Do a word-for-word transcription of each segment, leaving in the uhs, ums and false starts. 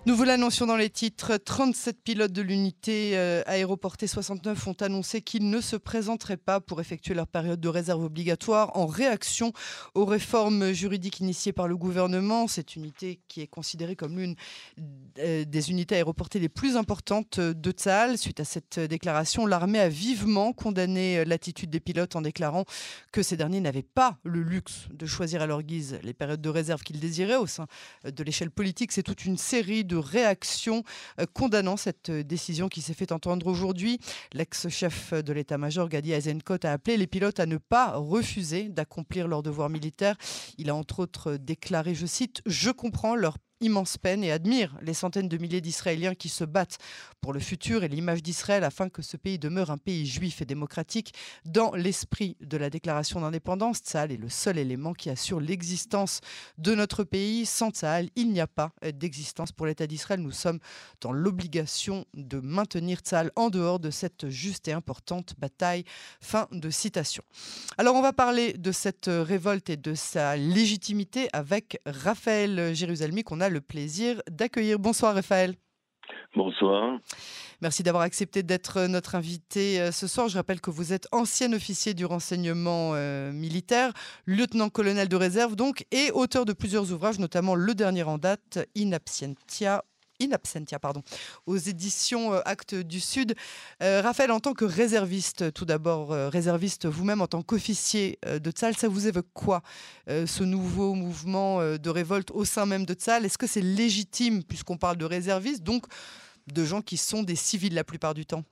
Nous vous l'annoncions dans les titres, trente-sept pilotes de l'unité euh, aéroportée soixante-neuf ont annoncé qu'ils ne se présenteraient pas pour effectuer leur période de réserve obligatoire en réaction aux réformes juridiques initiées par le gouvernement. Cette unité qui est considérée comme l'une euh, des unités aéroportées les plus importantes de Tsahal. Suite à cette déclaration, l'armée a vivement condamné l'attitude des pilotes en déclarant que ces derniers n'avaient pas le luxe de choisir à leur guise les périodes de réserve qu'ils désiraient au sein de l'échelle politique. C'est toute une série de réactions euh, condamnant cette décision qui s'est fait entendre aujourd'hui. L'ex-chef de l'état-major, Gadi Eisenkot, a appelé les pilotes à ne pas refuser d'accomplir leur devoir militaire. Il a entre autres déclaré, je cite, « Je comprends leur immense peine et admire les centaines de milliers d'Israéliens qui se battent pour le futur et l'image d'Israël afin que ce pays demeure un pays juif et démocratique. Dans l'esprit de la déclaration d'indépendance, Tsahal est le seul élément qui assure l'existence de notre pays. Sans Tsahal, il n'y a pas d'existence pour l'État d'Israël. Nous sommes dans l'obligation de maintenir Tsahal en dehors de cette juste et importante bataille. » Fin de citation. Alors on va parler de cette révolte et de sa légitimité avec Raphaël Jérusalemi qu'on a le plaisir d'accueillir. Bonsoir Raphaël. Bonsoir. Merci d'avoir accepté d'être notre invité ce soir. Je rappelle que vous êtes ancien officier du renseignement euh, militaire, lieutenant-colonel de réserve donc, et auteur de plusieurs ouvrages, notamment le dernier en date, In Absentia, In Absentia, pardon, aux éditions euh, Actes du Sud. Euh, Raphaël, en tant que réserviste, tout d'abord, euh, réserviste vous-même en tant qu'officier euh, de Tsahal, ça vous évoque quoi, euh, ce nouveau mouvement euh, de révolte au sein même de Tsahal? Est-ce que c'est légitime, puisqu'on parle de réservistes, donc de gens qui sont des civils la plupart du temps?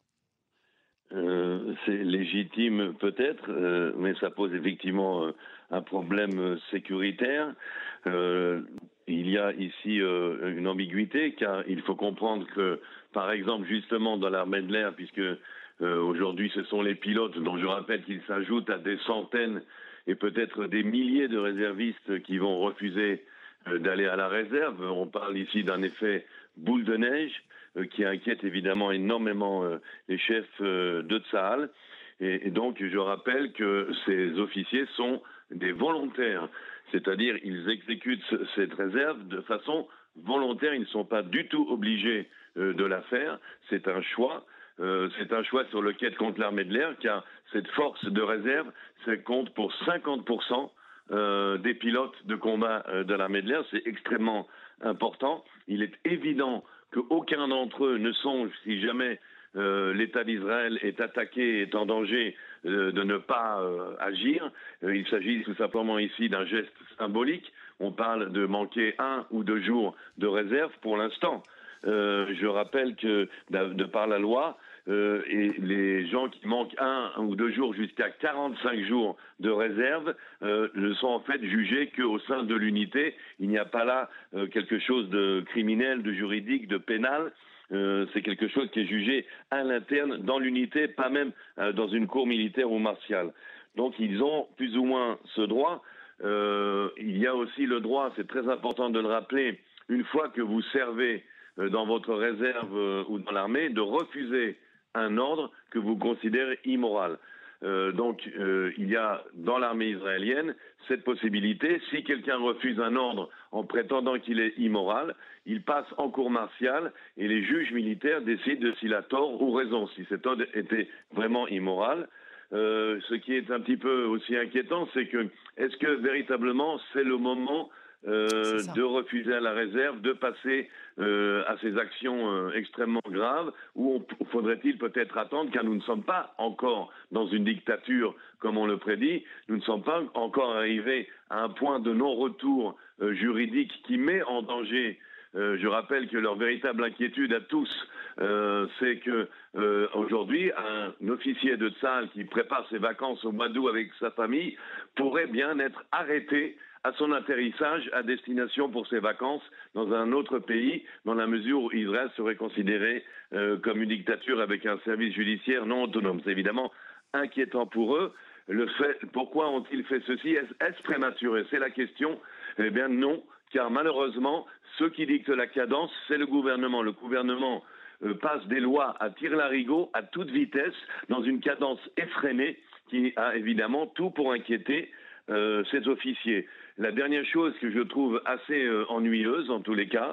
Euh, c'est légitime peut-être, euh, mais ça pose effectivement euh, un problème sécuritaire. Euh, il y a ici euh, une ambiguïté, car il faut comprendre que, par exemple, justement dans l'armée de l'air, puisque euh, aujourd'hui ce sont les pilotes, dont je rappelle qu'ils s'ajoutent à des centaines et peut-être des milliers de réservistes qui vont refuser euh, d'aller à la réserve. On parle ici d'un effet boule de neige qui inquiète évidemment énormément euh, les chefs euh, de Tsahal. Et, et donc, je rappelle que ces officiers sont des volontaires, c'est-à-dire ils exécutent ce, cette réserve de façon volontaire. Ils ne sont pas du tout obligés euh, de la faire. C'est un choix. Euh, c'est un choix sur lequel compte l'armée de l'air, car cette force de réserve, ça compte pour cinquante pour cent euh, des pilotes de combat euh, de l'armée de l'air. C'est extrêmement important. Il est évident qu'aucun d'entre eux ne songe, si jamais euh, l'État d'Israël est attaqué, est en danger, euh, de ne pas euh, agir. Euh, il s'agit tout simplement ici d'un geste symbolique. On parle de manquer un ou deux jours de réserve pour l'instant. Euh, je rappelle que, de par la loi, euh, et les gens qui manquent un, un ou deux jours jusqu'à quarante-cinq jours de réserve euh, ne sont en fait jugés qu'au sein de l'unité. Il n'y a pas là euh, quelque chose de criminel, de juridique, de pénal. Euh, c'est quelque chose qui est jugé à l'interne dans l'unité, pas même euh, dans une cour militaire ou martiale. Donc ils ont plus ou moins ce droit. Euh, il y a aussi le droit, c'est très important de le rappeler, une fois que vous servez euh, dans votre réserve euh, ou dans l'armée, de refuser un ordre que vous considérez immoral. Euh, donc, euh, il y a dans l'armée israélienne cette possibilité. Si quelqu'un refuse un ordre en prétendant qu'il est immoral, il passe en cour martiale et les juges militaires décident s'il a tort ou raison, si cet ordre était vraiment immoral. Euh, ce qui est un petit peu aussi inquiétant, c'est que est-ce que véritablement c'est le moment Euh, de refuser à la réserve, de passer euh, à ces actions euh, extrêmement graves, ou faudrait-il peut-être attendre, car nous ne sommes pas encore dans une dictature comme on le prédit, nous ne sommes pas encore arrivés à un point de non-retour euh, juridique qui met en danger. Euh, je rappelle que leur véritable inquiétude à tous, euh, c'est que euh, aujourd'hui, un officier de Tsahal qui prépare ses vacances au mois d'août avec sa famille pourrait bien être arrêté à son atterrissage à destination pour ses vacances dans un autre pays, dans la mesure où Israël serait considéré euh, comme une dictature avec un service judiciaire non autonome. C'est évidemment inquiétant pour eux. Le fait, pourquoi ont-ils fait ceci? Est-ce, est-ce prématuré? C'est la question. Eh bien non, car malheureusement, ceux qui dictent la cadence, c'est le gouvernement. Le gouvernement euh, passe des lois à tire-larigot, à toute vitesse, dans une cadence effrénée qui a évidemment tout pour inquiéter euh, ces officiers. La dernière chose que je trouve assez euh, ennuyeuse, en tous les cas,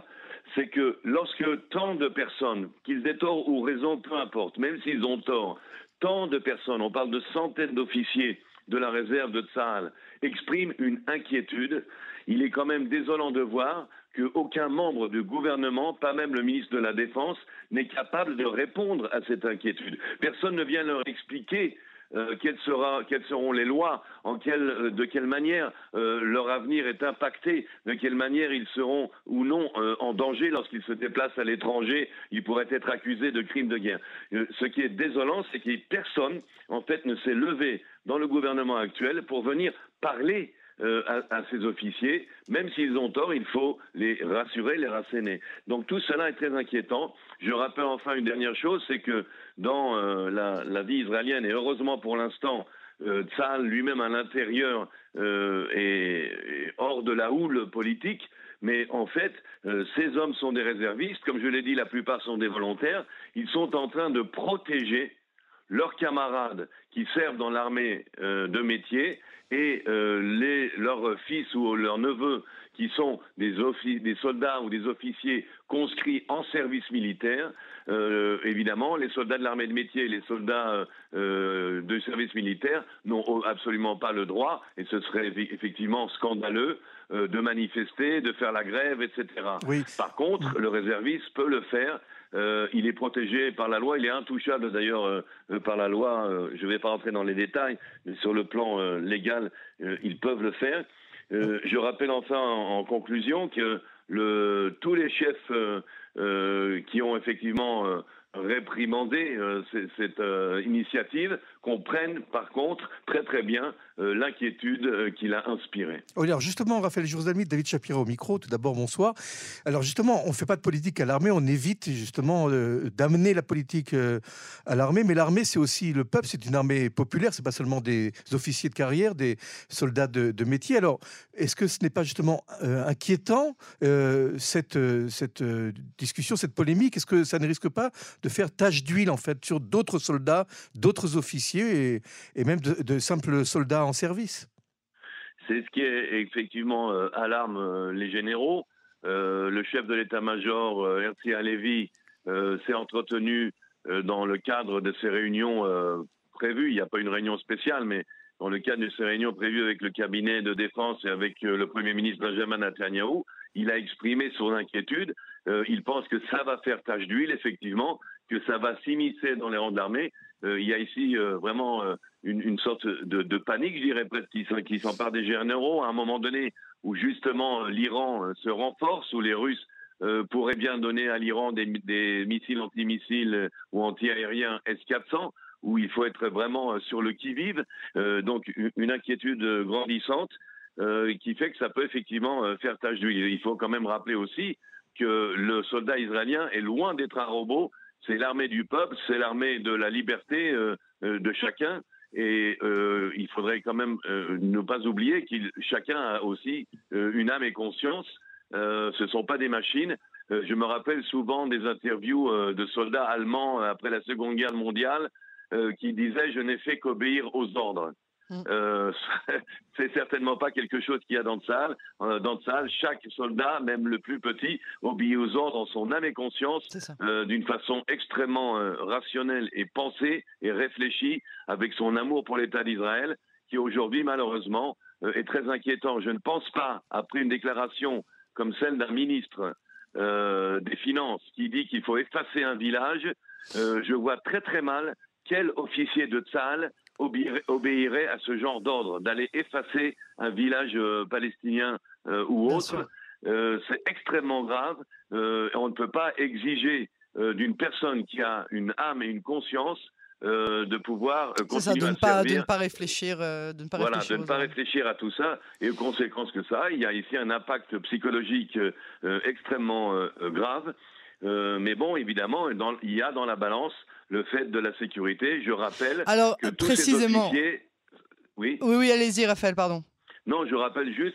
c'est que lorsque tant de personnes, qu'ils aient tort ou raison, peu importe, même s'ils ont tort, tant de personnes, on parle de centaines d'officiers de la réserve de Tsahal, expriment une inquiétude, il est quand même désolant de voir qu'aucun membre du gouvernement, pas même le ministre de la Défense, n'est capable de répondre à cette inquiétude. Personne ne vient leur expliquer Euh, quelles, sera, quelles seront les lois, en quelle, euh, de quelle manière euh, leur avenir est impacté, de quelle manière ils seront ou non euh, en danger lorsqu'ils se déplacent à l'étranger, ils pourraient être accusés de crimes de guerre. Euh, ce qui est désolant, c'est que personne, en fait, ne s'est levé dans le gouvernement actuel pour venir parler Euh, à, à ces officiers, même s'ils ont tort, il faut les rassurer, les rasséner. Donc tout cela est très inquiétant. Je rappelle enfin une dernière chose, c'est que dans euh, la, la vie israélienne, et heureusement pour l'instant, euh, Tzahal lui-même à l'intérieur euh, est, est hors de la houle politique, mais en fait, euh, ces hommes sont des réservistes, comme je l'ai dit, la plupart sont des volontaires, ils sont en train de protéger leurs camarades qui servent dans l'armée euh, de métier et euh, les, leurs fils ou leurs neveux qui sont des, des soldats ou des officiers conscrits en service militaire. Euh, évidemment, les soldats de l'armée de métier et les soldats euh, de service militaire n'ont absolument pas le droit, et ce serait effectivement scandaleux, euh, de manifester, de faire la grève, et cetera. Oui. Par contre, le réserviste peut le faire. Euh, il est protégé par la loi, il est intouchable d'ailleurs euh, par la loi, euh, je ne vais pas rentrer dans les détails, mais sur le plan euh, légal, euh, ils peuvent le faire. Euh, je rappelle enfin en, en conclusion que le, tous les chefs euh, euh, qui ont effectivement euh, réprimandé euh, cette, cette euh, initiative comprennent par contre très très bien euh, l'inquiétude euh, qu'il a inspirée. Oui, alors justement, Raphaël Jourzalmi, David Shapiro au micro, tout d'abord bonsoir. Alors justement, on ne fait pas de politique à l'armée, on évite justement euh, d'amener la politique euh, à l'armée, mais l'armée c'est aussi le peuple, c'est une armée populaire, c'est pas seulement des officiers de carrière, des soldats de, de métier. Alors est-ce que ce n'est pas justement euh, inquiétant euh, cette, euh, cette euh, discussion, cette polémique? Est-ce que ça ne risque pas de faire tache d'huile en fait sur d'autres soldats, d'autres officiers et, et même de, de simples soldats en service? C'est ce qui est effectivement euh, alarme euh, les généraux. Euh, le chef de l'état-major, euh, Herzi Halevi, euh, s'est entretenu euh, dans le cadre de ces réunions euh, prévues. Il n'y a pas une réunion spéciale, mais dans le cadre de ces réunions prévues avec le cabinet de défense et avec euh, le Premier ministre Benjamin Netanyahou, il a exprimé son inquiétude. Euh, il pense que ça va faire tache d'huile, effectivement, que ça va s'immiscer dans les rangs de l'armée. Euh, il y a ici euh, vraiment euh, une, une sorte de, de panique, je dirais presque, qui, qui s'empare des généraux à un moment donné où justement euh, l'Iran euh, se renforce, où les Russes euh, pourraient bien donner à l'Iran des, des missiles antimissiles euh, ou anti-aériens S quatre cents, où il faut être vraiment euh, sur le qui-vive. Euh, donc une, une inquiétude grandissante euh, qui fait que ça peut effectivement euh, faire tache d'huile. Il faut quand même rappeler aussi que le soldat israélien est loin d'être un robot. C'est l'armée du peuple, c'est l'armée de la liberté euh, euh, de chacun. Et euh, il faudrait quand même euh, ne pas oublier que chacun a aussi euh, une âme et conscience. Euh, ce ne sont pas des machines. Euh, je me rappelle souvent des interviews euh, de soldats allemands après la Seconde Guerre mondiale euh, qui disaient « je n'ai fait qu'obéir aux ordres ». Euh, c'est certainement pas quelque chose qu'il y a dans Tsahal. Euh, dans Tsahal, chaque soldat, même le plus petit, obéit aux ordres en son âme et conscience, euh, d'une façon extrêmement euh, rationnelle et pensée et réfléchie, avec son amour pour l'État d'Israël, qui aujourd'hui, malheureusement, euh, est très inquiétant. Je ne pense pas, après une déclaration comme celle d'un ministre euh, des Finances qui dit qu'il faut effacer un village, euh, je vois très très mal quel officier de Tsahal obéirait à ce genre d'ordre, d'aller effacer un village euh, palestinien euh, ou autre. Euh, c'est extrêmement grave. Euh, on ne peut pas exiger euh, d'une personne qui a une âme et une conscience euh, de pouvoir euh, continuer ça, de à ne pas, servir. De ne pas réfléchir, euh, de ne pas voilà, réfléchir, de ne pas réfléchir à tout ça. Et aux conséquences que ça a, il y a ici un impact psychologique euh, extrêmement euh, grave. Euh, mais bon, évidemment, dans, il y a dans la balance le fait de la sécurité. Je rappelle Alors, que tous précisément, ces officiers... Oui, oui, oui allez-y, Raphaël, pardon. Non, je rappelle juste que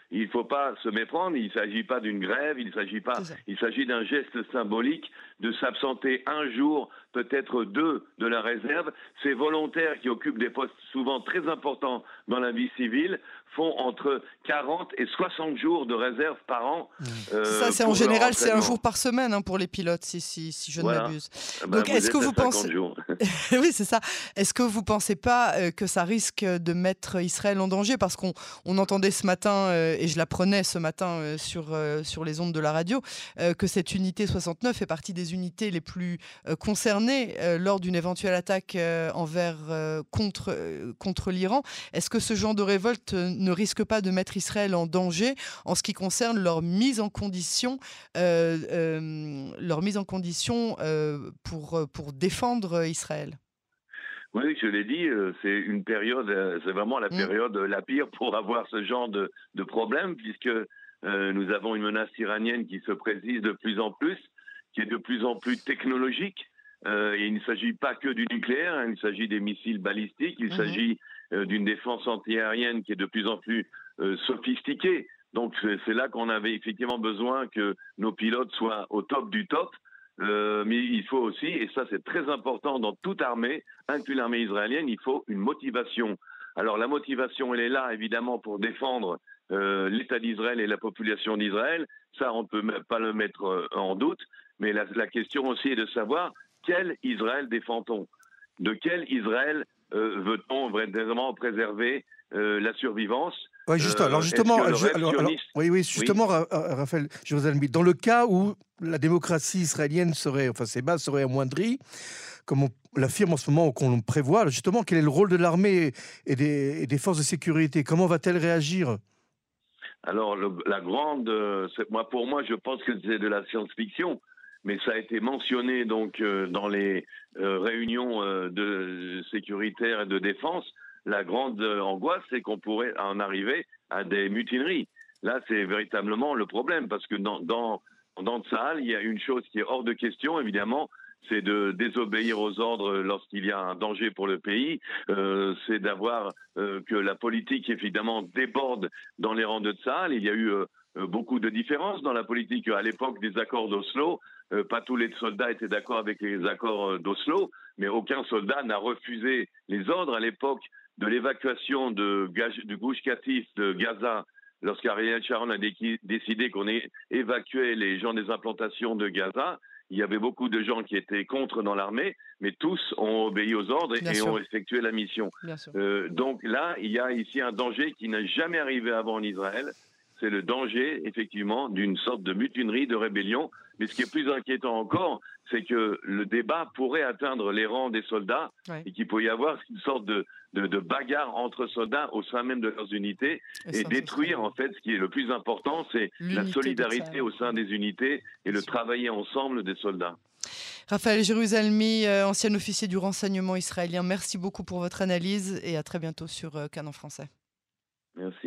il ne faut pas se méprendre, il ne s'agit pas d'une grève, il s'agit pas, il s'agit d'un geste symbolique de s'absenter un jour, peut-être deux, de la réserve. Ces volontaires qui occupent des postes souvent très importants dans la vie civile font entre quarante et soixante jours de réserve par an. Euh, ça, c'est en général, c'est un jour par semaine hein, pour les pilotes, si, si, si je voilà. ne m'abuse. Ben, Donc, est-ce que vous pensez oui, c'est ça. Est-ce que vous pensez pas euh, que ça risque de mettre Israël en danger, parce qu'on on entendait ce matin euh, et je l'apprenais ce matin euh, sur euh, sur les ondes de la radio euh, que cette unité soixante-neuf fait partie des unités les plus euh, concernées euh, lors d'une éventuelle attaque euh, envers euh, contre euh, contre l'Iran. Est-ce que ce genre de révolte ne risque pas de mettre Israël en danger en ce qui concerne leur mise en condition, euh, euh, leur mise en condition euh, pour, pour défendre Israël? Oui, je l'ai dit, c'est une période, c'est vraiment la période la pire pour avoir ce genre de, de problème, puisque euh, nous avons une menace iranienne qui se précise de plus en plus, qui est de plus en plus technologique. Euh, et il ne s'agit pas que du nucléaire, hein, il s'agit des missiles balistiques, il mmh. s'agit euh, d'une défense antiaérienne qui est de plus en plus euh, sophistiquée. Donc c'est là qu'on avait effectivement besoin que nos pilotes soient au top du top. Euh, mais il faut aussi, et ça c'est très important dans toute armée, inclus l'armée israélienne, il faut une motivation. Alors la motivation, elle est là évidemment pour défendre euh, l'État d'Israël et la population d'Israël. Ça, on ne peut pas le mettre euh, en doute. Mais la, la question aussi est de savoir quel Israël défend-on? De quel Israël euh, veut-on vraiment préserver euh, la survivance? Ouais, juste, alors justement, euh, je, alors, alors, oui, oui, justement, oui. Raphaël Jérusalemi, dans le cas où la démocratie israélienne serait, enfin ses bases seraient amoindries, comme on l'affirme en ce moment, qu'on prévoit, justement, quel est le rôle de l'armée et des, et des forces de sécurité? Comment va-t-elle réagir? Alors, le, la grande, euh, moi, pour moi, je pense que c'est de la science-fiction, mais ça a été mentionné donc euh, dans les euh, réunions euh, de sécuritaires et de défense. La grande euh, angoisse, c'est qu'on pourrait en arriver à des mutineries. Là, c'est véritablement le problème, parce que dans, dans, dans Tsahal, il y a une chose qui est hors de question, évidemment, c'est de désobéir aux ordres lorsqu'il y a un danger pour le pays, euh, c'est d'avoir euh, que la politique, évidemment, déborde dans les rangs de Tsahal. Il y a eu euh, beaucoup de différences dans la politique. À l'époque des accords d'Oslo, euh, pas tous les soldats étaient d'accord avec les accords d'Oslo, mais aucun soldat n'a refusé les ordres. À l'époque de l'évacuation de, du Gush Katif de Gaza, lorsqu'Ariel Sharon a décidé qu'on évacuait les gens des implantations de Gaza, il y avait beaucoup de gens qui étaient contre dans l'armée, mais tous ont obéi aux ordres Bien et sûr. ont effectué la mission. Euh, donc là, il y a ici un danger qui n'a jamais arrivé avant en Israël. C'est le danger, effectivement, d'une sorte de mutinerie, de rébellion. Mais ce qui est plus inquiétant encore, c'est que le débat pourrait atteindre les rangs des soldats ouais. et qu'il pourrait y avoir une sorte de, de, de bagarre entre soldats au sein même de leurs unités et, et ça, détruire, en fait, ce qui est le plus important, c'est la solidarité au sein des unités et le travailler ensemble des soldats. Raphaël Jérusalemi, euh, ancien officier du renseignement israélien, merci beaucoup pour votre analyse et à très bientôt sur euh, Canon Français. Merci.